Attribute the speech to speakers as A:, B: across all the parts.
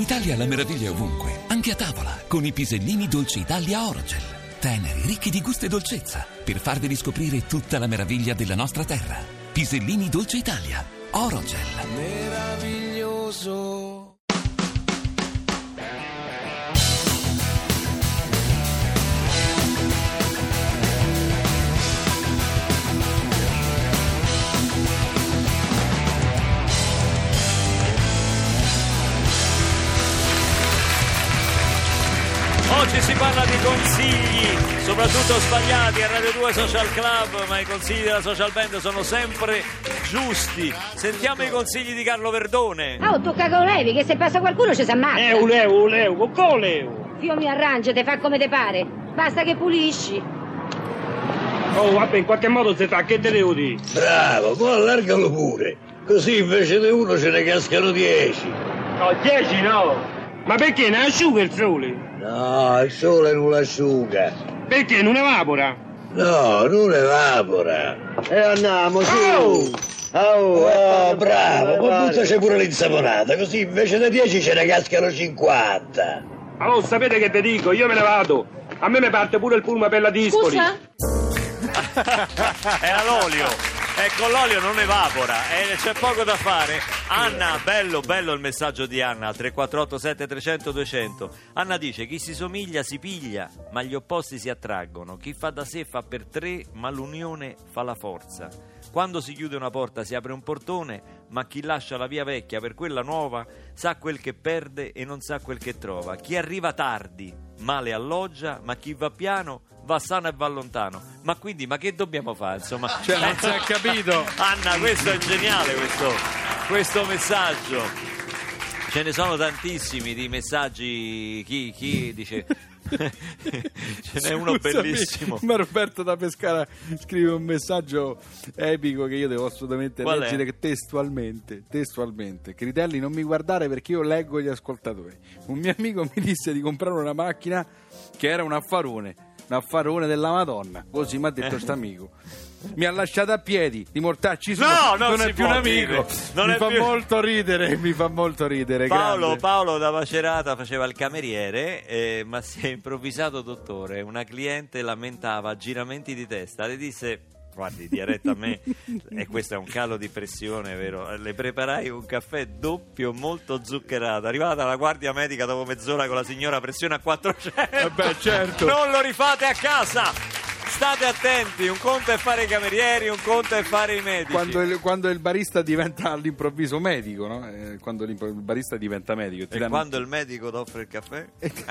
A: Italia la meraviglia è ovunque, anche a tavola, con i pisellini Dolce Italia Orogel. Teneri, ricchi di gusto e dolcezza, per farvi riscoprire tutta la meraviglia della nostra terra. Pisellini Dolce Italia Orogel.
B: Meraviglioso.
C: Oggi si parla di consigli, soprattutto sbagliati a Radio 2 Social Club, ma i consigli della Social Band sono sempre giusti. Sentiamo i consigli di Carlo Verdone.
D: Oh, tocca con Levi, che se passa qualcuno ci si ammazza.
E: Leo, con Leo.
D: Io mi arrangio, te fa come te pare. Basta che pulisci.
E: Oh, vabbè, in qualche modo si fa, che te devo dire?
F: Bravo, poi allargalo pure. Così invece di uno ce ne cascano 10.
E: No, 10 no. Ma perché ne asciuga il sole?
F: No, il sole non l'asciuga.
E: Perché non evapora?
F: No, non evapora. E andiamo, su. Oh, bravo, poi buttaci pure l'insaponata, così invece di 10 ce ne cascano 50.
E: Allora, sapete che vi dico? Io me ne vado. A me mi parte pure il pullman per la Dispoli.
D: Scusa?
C: Era l'olio. Ecco, l'olio non evapora e c'è poco da fare. Anna, bello il messaggio di Anna al 348 7300 200. Anna dice: chi si somiglia si piglia, ma gli opposti si attraggono. Chi fa da sé fa per tre, ma l'unione fa la forza. Quando si chiude una porta si apre un portone, ma chi lascia la via vecchia per quella nuova sa quel che perde e non sa quel che trova. Chi arriva tardi male alloggia, ma chi va piano va sano e va lontano. Ma quindi, ma che dobbiamo fare, insomma?
G: Cioè, non si è capito.
C: Anna, questo è geniale, questo messaggio. Ce ne sono tantissimi di messaggi. Chi dice? Ce n'è uno bellissimo.
G: Ma Roberto da Pescara scrive un messaggio epico che io devo assolutamente
C: Qual
G: leggere
C: è?
G: testualmente. Critelli, non mi guardare perché io leggo gli ascoltatori. Un mio amico mi disse di comprare una macchina che era un affarone della Madonna, così mi ha detto st'amico. Mi ha lasciato a piedi di mortacci su.
C: No,
G: non è più un amico. Mi fa molto ridere.
C: Paolo da Macerata faceva il cameriere, ma si è improvvisato dottore. Una cliente lamentava giramenti di testa, le disse: guardi, dia retta a me, e questo è un calo di pressione, vero? Le preparai un caffè doppio molto zuccherato. Arrivata la guardia medica dopo mezz'ora con la signora pressione a 400.
G: Beh, certo.
C: Non lo rifate a casa. State attenti, un conto è fare i camerieri, un conto è fare i medici.
G: Quando il barista diventa all'improvviso medico, no? Quando il barista diventa medico.
C: Quando il medico ti offre il caffè?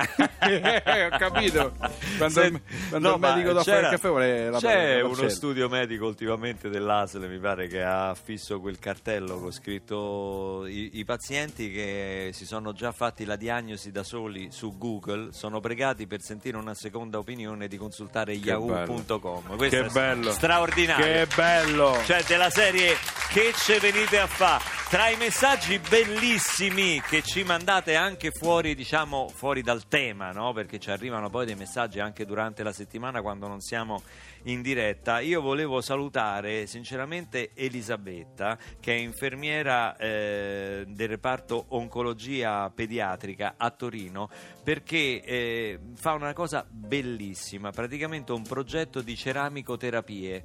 G: Ho capito. Quando il medico ti offre il caffè vuole la
C: C'è uno
G: parcella.
C: studio medico ultimamente dell'ASL, mi pare, che ha fisso quel cartello con scritto: i pazienti che si sono già fatti la diagnosi da soli su Google sono pregati per sentire una seconda opinione di consultare Yahoo.com. Questo
G: Che bello,
C: straordinario.
G: Che bello.
C: Cioè, della serie, che ce venite a fa? Tra i messaggi bellissimi che ci mandate anche fuori, diciamo, fuori dal tema, no? Perché ci arrivano poi dei messaggi anche durante la settimana quando non siamo in diretta. Io volevo salutare sinceramente Elisabetta, che è infermiera del reparto oncologia pediatrica a Torino, perché fa una cosa bellissima, praticamente un progetto di ceramicoterapia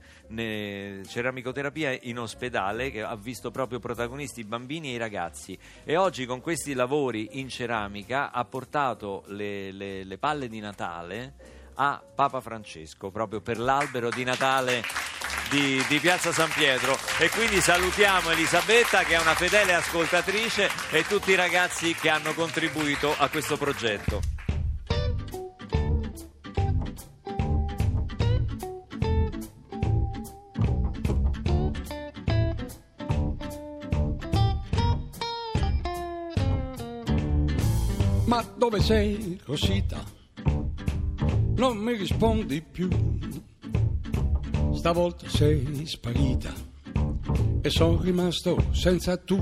C: in ospedale, che ha visto proprio protagonisti i bambini e i ragazzi, e oggi con questi lavori in ceramica ha portato le palle di Natale a Papa Francesco, proprio per l'albero di Natale di Piazza San Pietro. E quindi salutiamo Elisabetta, che è una fedele ascoltatrice, e tutti i ragazzi che hanno contribuito a questo progetto.
H: Ma dove sei, Rosita? Non mi rispondi più. Stavolta sei sparita e sono rimasto senza tu.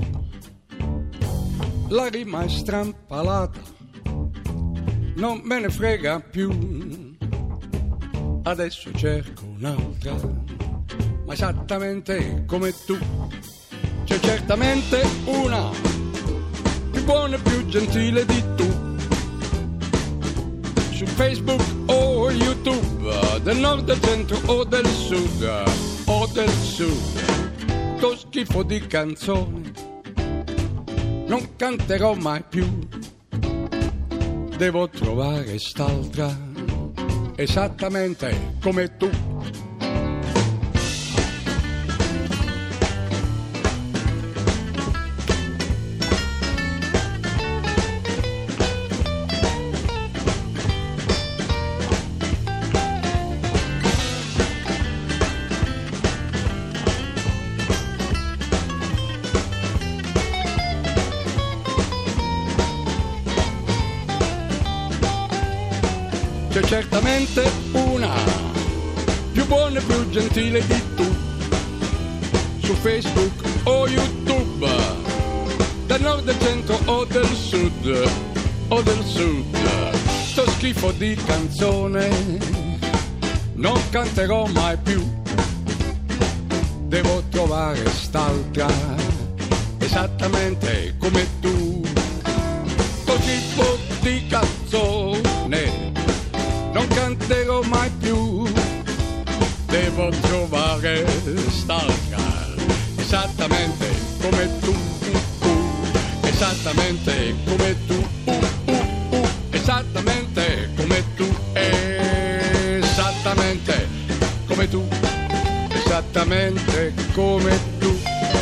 H: La rima è strampalata, non me ne frega più. Adesso cerco un'altra, ma esattamente come tu. C'è certamente una più più buono e più gentile di tu. Su Facebook o YouTube, del nord, del centro o del sud, sto schifo di canzone non canterò mai più. Devo trovare st'altra esattamente come tu. C'è certamente una più buona e più gentile di tu. Su Facebook o YouTube, del nord, del centro o del sud, sto schifo di canzone non canterò mai più. Devo trovare st'altra esattamente come tu. Sto schifo di canzone non canterò mai più. Devo trovare st'altra esattamente come tu, esattamente come tu, esattamente come tu, esattamente come tu, esattamente come tu,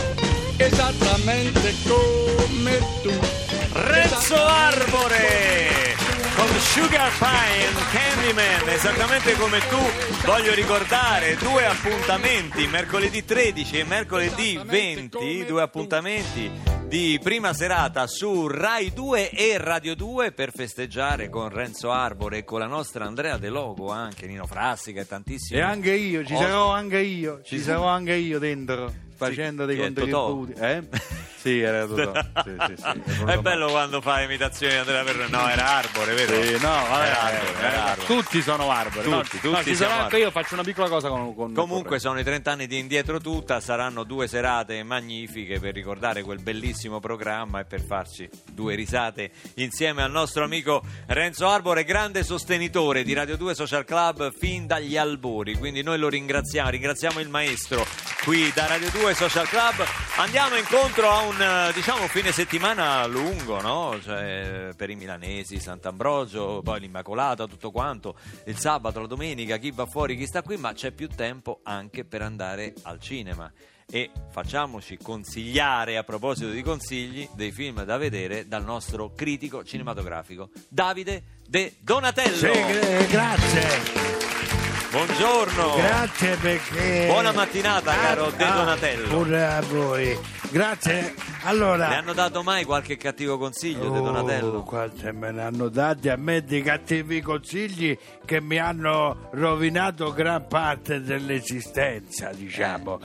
H: esattamente come tu.
C: Renzo Arbore con Sugar Pine, Candyman, esattamente come tu. Voglio ricordare 2 appuntamenti, mercoledì 13 e mercoledì 20, 2 appuntamenti di prima serata su Rai 2 e Radio 2 per festeggiare con Renzo Arbore e con la nostra Andrea De Logo, anche Nino Frassica e tantissimi.
G: E anche io, ci sarò anche io dentro, facendo dei contributi. Sì, era Totò. Sì.
C: È bello quando fa imitazioni di Andrea Perrone. No, era Arbore, vero?
G: Sì, no, vabbè,
C: era Arbore.
G: Tutti sono Arbore.
C: Tutti
G: siamo
C: Arbore.
G: anche io faccio una piccola cosa con
C: Comunque sono i 30 anni di Indietro Tutta, saranno 2 serate magnifiche per ricordare quel bellissimo programma e per farci 2 risate insieme al nostro amico Renzo Arbore, grande sostenitore di Radio 2 Social Club fin dagli albori, quindi noi lo ringraziamo il maestro qui da Radio 2 Social Club. Andiamo incontro a un fine settimana lungo, no? Cioè, per i milanesi, Sant'Ambrogio, poi l'Immacolata, tutto quanto, il sabato, la domenica, chi va fuori, chi sta qui, ma c'è più tempo anche per andare al cinema. E facciamoci consigliare, a proposito di consigli, dei film da vedere dal nostro critico cinematografico Davide De Donatello.
B: Sì, grazie.
C: Buongiorno.
B: Grazie perché...
C: Buona mattinata, caro De Donatello.
B: Pure a voi. Grazie. Allora...
C: Le hanno dato mai qualche cattivo consiglio, De Donatello?
B: Quante me ne hanno dati a me di cattivi consigli che mi hanno rovinato gran parte dell'esistenza, diciamo.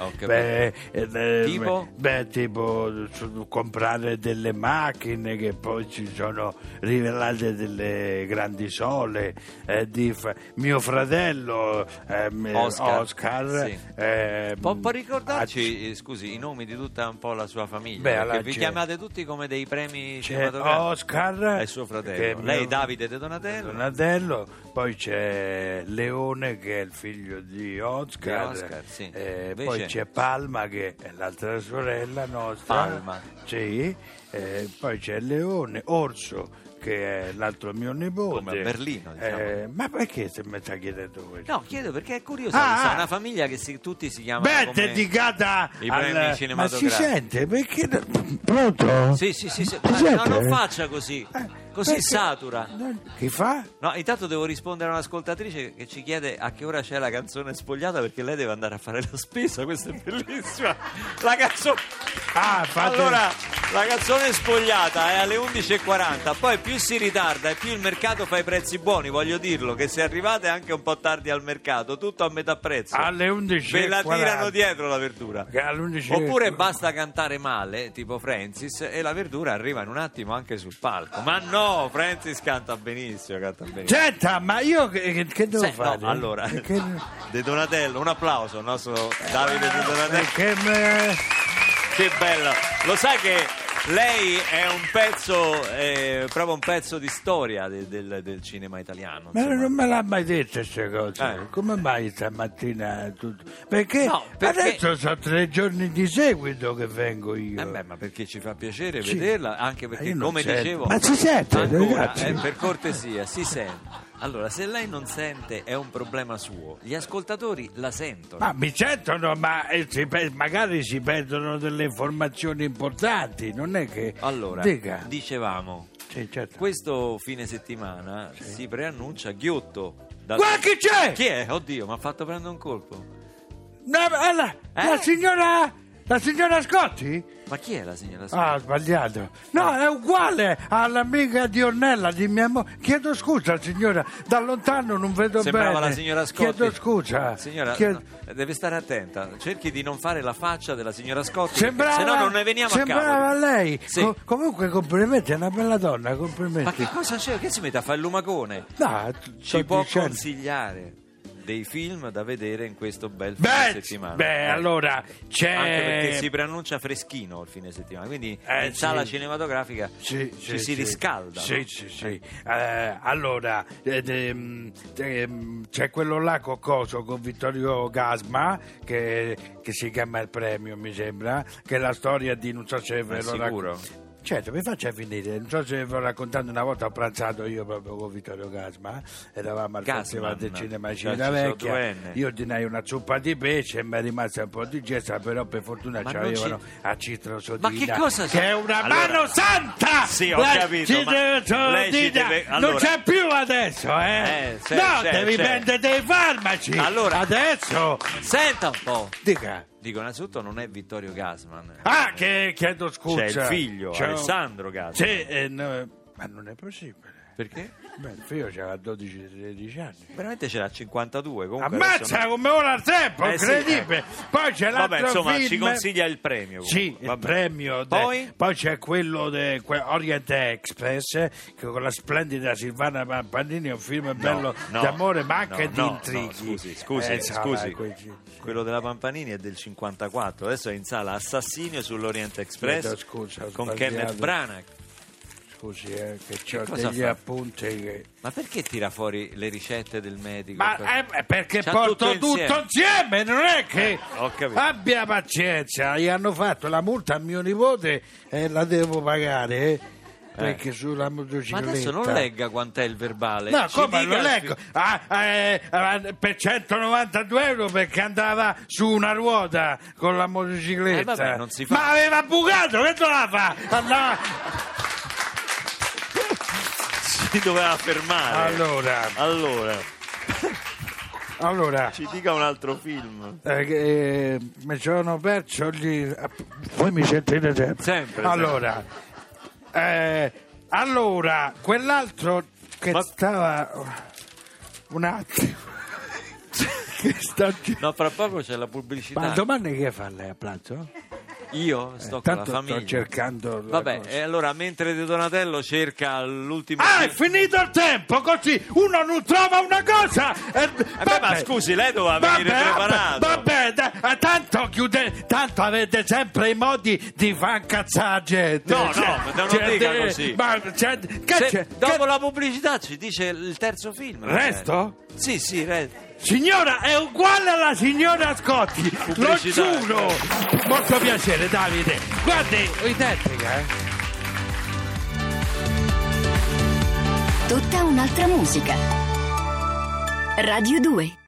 C: Tipo?
B: Tipo comprare delle macchine che poi si sono rivelate delle grandi sole, mio fratello Oscar.
C: Sì. Può ricordarci, scusi, i nomi di tutta un po' la sua famiglia? Perché vi chiamate tutti come dei premi cinematografici.
B: Oscar
C: è suo fratello. Lei Davide De Donatello.
B: Poi c'è Leone che è il figlio di Oscar,
C: sì.
B: Poi c'è Palma che è l'altra sorella nostra.
C: Palma.
B: Sì. Poi c'è Leone, Orso che è l'altro mio nipote.
C: Come a Berlino, diciamo.
B: Ma perché se mi sta chiedendo questo?
C: No, chiedo perché è curioso. È una famiglia che tutti si chiamano come
B: dedicata
C: i premi cinematografici.
B: Ma si sente? Perché... Pronto?
C: Sì. No, non faccia così. Così satura.
B: Chi fa?
C: No, intanto devo rispondere a un'ascoltatrice che ci chiede a che ora c'è la canzone spogliata, perché lei deve andare a fare la spesa. Questa è bellissima. La canzone. Allora, la canzone spogliata è alle 11:40. Poi più si ritarda e più il mercato fa i prezzi buoni. Voglio dirlo che se arrivate anche un po' tardi al mercato, tutto a metà prezzo.
B: Alle 11:40.
C: Ve la tirano dietro la verdura.
B: All'11:40.
C: Oppure basta cantare male, tipo Francis, e la verdura arriva in un attimo anche sul palco. Ma no, Francis canta benissimo.
B: Senta, ma io che devo fare?
C: No, allora, De Donatello, un applauso al nostro Davide De Donatello. Che bello. Lo sai che Lei è un pezzo, proprio un pezzo di storia del cinema italiano.
B: Ma
C: insomma.
B: non me l'ha mai detto queste cose. Come mai stamattina tutto? Perché,
C: No, perché-
B: adesso sono 3 giorni di seguito che vengo io.
C: Ma perché ci fa piacere
B: Sì.
C: vederla, anche perché
B: Io non
C: come
B: sento.
C: dicevo,
B: Ma si sente,
C: ancora,
B: ragazzi?
C: per cortesia, si sente. Allora, se lei non sente è un problema suo, gli ascoltatori la sentono.
B: Ma mi sentono, ma magari si perdono delle informazioni importanti, non è che...
C: Allora,
B: Dica.
C: dicevamo,
B: Sì, certo.
C: questo fine settimana si preannuncia Ghiotto.
B: Guarda chi c'è!
C: Chi è? Oddio, mi ha fatto prendere un colpo.
B: La signora Scotti?
C: Ma chi è la signora
B: Ah, ho sbagliato. No, è uguale all'amica di Ornella di mia moglie. Chiedo scusa, signora, da lontano non vedo
C: Sembrava
B: bene.
C: la signora Scotti.
B: Chiedo scusa.
C: Signora,
B: Chiedo-
C: no, deve stare attenta. Cerchi di non fare la faccia della signora Scotti,
B: Sembrava,
C: se no non ne veniamo a
B: sembrava
C: capo.
B: lei.
C: Sì.
B: Comunque complimenti, è una bella donna, complimenti.
C: Ma che cosa c'è? Che si mette a fare il lumacone?
B: No,
C: Ci
B: sto
C: può
B: dicendo.
C: consigliare dei film da vedere in questo bel fine settimana?
B: Allora c'è...
C: Anche perché si preannuncia freschino il fine settimana, quindi in
B: sì.
C: sala cinematografica ci si riscalda.
B: Sì,
C: no?
B: sì, sì. Allora, c'è quello là con Vittorio Gasma che si chiama Il Premio, mi sembra, che è la storia di, non so se ve lo
C: sicuro?
B: Certo, mi faccia finire. Non so se vi ho raccontato, una volta ho pranzato io proprio con Vittorio Gasma, eravamo al Festival del Cinema Civitavecchia, io ordinai una zuppa di pesce e mi è rimasta un po' digesta, però per fortuna
C: Ma
B: c'avevano
C: non
B: a citrosodina,
C: Ma che cosa
B: che è una
C: Allora-
B: mano santa!
C: Sì, ho
B: La
C: capito, ma
B: citrosodina
C: lei ci deve-
B: non
C: allora-
B: c'è più adesso, no, devi
C: c'è.
B: prendere dei farmaci.
C: Allora-
B: Adesso,
C: Senta un po'.
B: dica.
C: Dico, innanzitutto non è Vittorio Gasman.
B: Ah, che chiedo scusa.
C: C'è il figlio,
B: C'è un-
C: Alessandro Gasman.
B: Sì, no, ma non è possibile.
C: Perché?
B: Beh, il figlio aveva 12-13 anni.
C: Veramente c'era 52. Comunque
B: Ammazza
C: adesso
B: come ora al tempo,
C: Eh sì,
B: incredibile. Poi c'è l'altro
C: Vabbè, insomma,
B: film.
C: ci consiglia il premio.
B: Sì,
C: comunque.
B: il
C: Vabbè.
B: premio.
C: Poi?
B: C'è quello di Orient Express, che con la splendida Silvana Pampanini, è un film bello d'amore, ma anche di intrighi.
C: Scusi. Quello della Pampanini è del 54. Adesso è in sala Assassinio sull'Orient Express
B: Chiedo scusa, ho
C: con
B: sbagliato.
C: Kenneth Branagh.
B: Scusi, che ho
C: cosa
B: degli
C: fa?
B: appunti che...
C: Ma perché tira fuori le ricette del medico?
B: Ma perché
C: C'ha
B: porto
C: tutto
B: tutto insieme, non è che
C: ho capito.
B: abbia pazienza. Gli hanno fatto la multa a mio nipote e la devo pagare perché sulla
C: Ma
B: motocicletta.
C: adesso non legga quant'è il verbale.
B: No,
C: Ci
B: come
C: dica
B: lo leggo? Per 192 euro perché andava su una ruota con la motocicletta.
C: vabbè, non si fa.
B: Ma aveva bucato, che doveva fare? Andava...
C: Si doveva fermare.
B: Allora,
C: Ci dica un altro film.
B: mi sono perso lì. Voi mi sentite sempre?
C: Sempre.
B: Allora, quell'altro che
C: Ma-
B: stava un attimo. Che sta...
C: No, fra poco c'è la pubblicità.
B: Ma domani che fa lei a pranzo?
C: Io sto con la
B: Tanto
C: famiglia.
B: sto cercando la
C: Vabbè,
B: cosa.
C: e allora mentre De Donatello cerca l'ultimo
B: Ah, è finito il tempo, così uno non trova una cosa.
C: ma scusi, lei doveva venire preparato.
B: Vabbè, tanto avete sempre i modi di far incazzare la gente.
C: No, non dica così. Dopo la pubblicità ci dice il terzo film.
B: Resto?
C: Sì, resto.
B: Signora, è uguale alla signora Scotti, lo
C: Pubblicità.
B: giuro. Molto piacere, Davide. Guardi, identica,
I: Tutta un'altra musica. Radio 2.